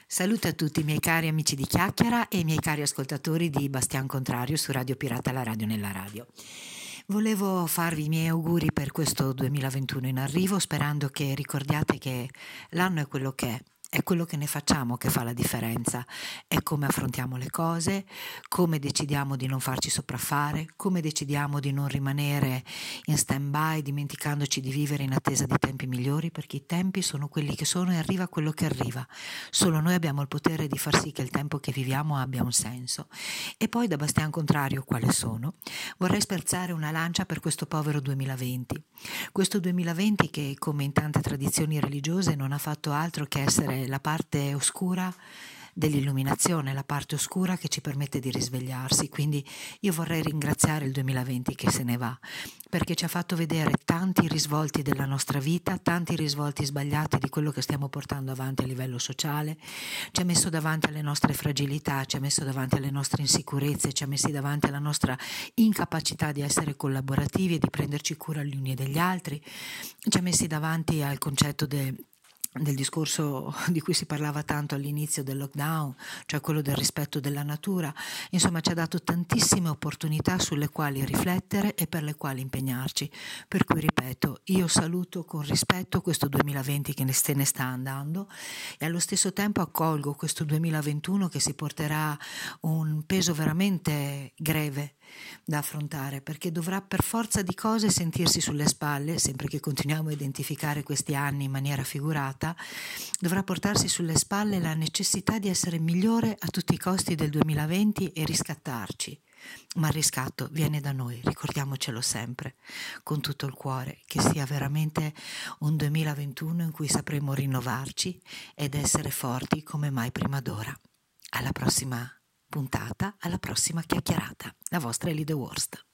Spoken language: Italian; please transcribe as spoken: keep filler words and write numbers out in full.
Saluto a tutti i miei cari amici di Chiacchiera e i miei cari ascoltatori di Bastian Contrario su Radio Pirata, la radio nella radio. Volevo farvi i miei auguri per questo duemilaventuno in arrivo, sperando che ricordiate che l'anno è quello che è. È quello che ne facciamo che fa la differenza, è come affrontiamo le cose, come decidiamo di non farci sopraffare, come decidiamo di non rimanere in stand-by dimenticandoci di vivere in attesa di tempi migliori, perché i tempi sono quelli che sono e arriva quello che arriva. Solo noi abbiamo il potere di far sì che il tempo che viviamo abbia un senso. E poi da Bastian Contrario, quale sono? Vorrei spezzare una lancia per questo povero duemilaventi. Questo duemilaventi che, come in tante tradizioni religiose, non ha fatto altro che essere la parte oscura dell'illuminazione, la parte oscura che ci permette di risvegliarsi. Quindi io vorrei ringraziare il duemilaventi che se ne va, perché ci ha fatto vedere tanti risvolti della nostra vita, tanti risvolti sbagliati di quello che stiamo portando avanti a livello sociale, ci ha messo davanti alle nostre fragilità, ci ha messo davanti alle nostre insicurezze, ci ha messi davanti alla nostra incapacità di essere collaborativi e di prenderci cura gli uni degli altri, ci ha messi davanti al concetto de del discorso di cui si parlava tanto all'inizio del lockdown, cioè quello del rispetto della natura. Insomma, ci ha dato tantissime opportunità sulle quali riflettere e per le quali impegnarci. Per cui, ripeto, io saluto con rispetto questo duemilaventi che ne se ne sta andando e allo stesso tempo accolgo questo duemilaventuno che si porterà un peso veramente greve da affrontare, perché dovrà per forza di cose sentirsi sulle spalle, sempre che continuiamo a identificare questi anni in maniera figurata, dovrà portarsi sulle spalle la necessità di essere migliore a tutti i costi del duemilaventi e riscattarci. Ma il riscatto viene da noi, ricordiamocelo sempre, con tutto il cuore, che sia veramente un duemilaventuno in cui sapremo rinnovarci ed essere forti come mai prima d'ora. Alla prossima puntata, alla prossima chiacchierata. La vostra Ellie The Worst.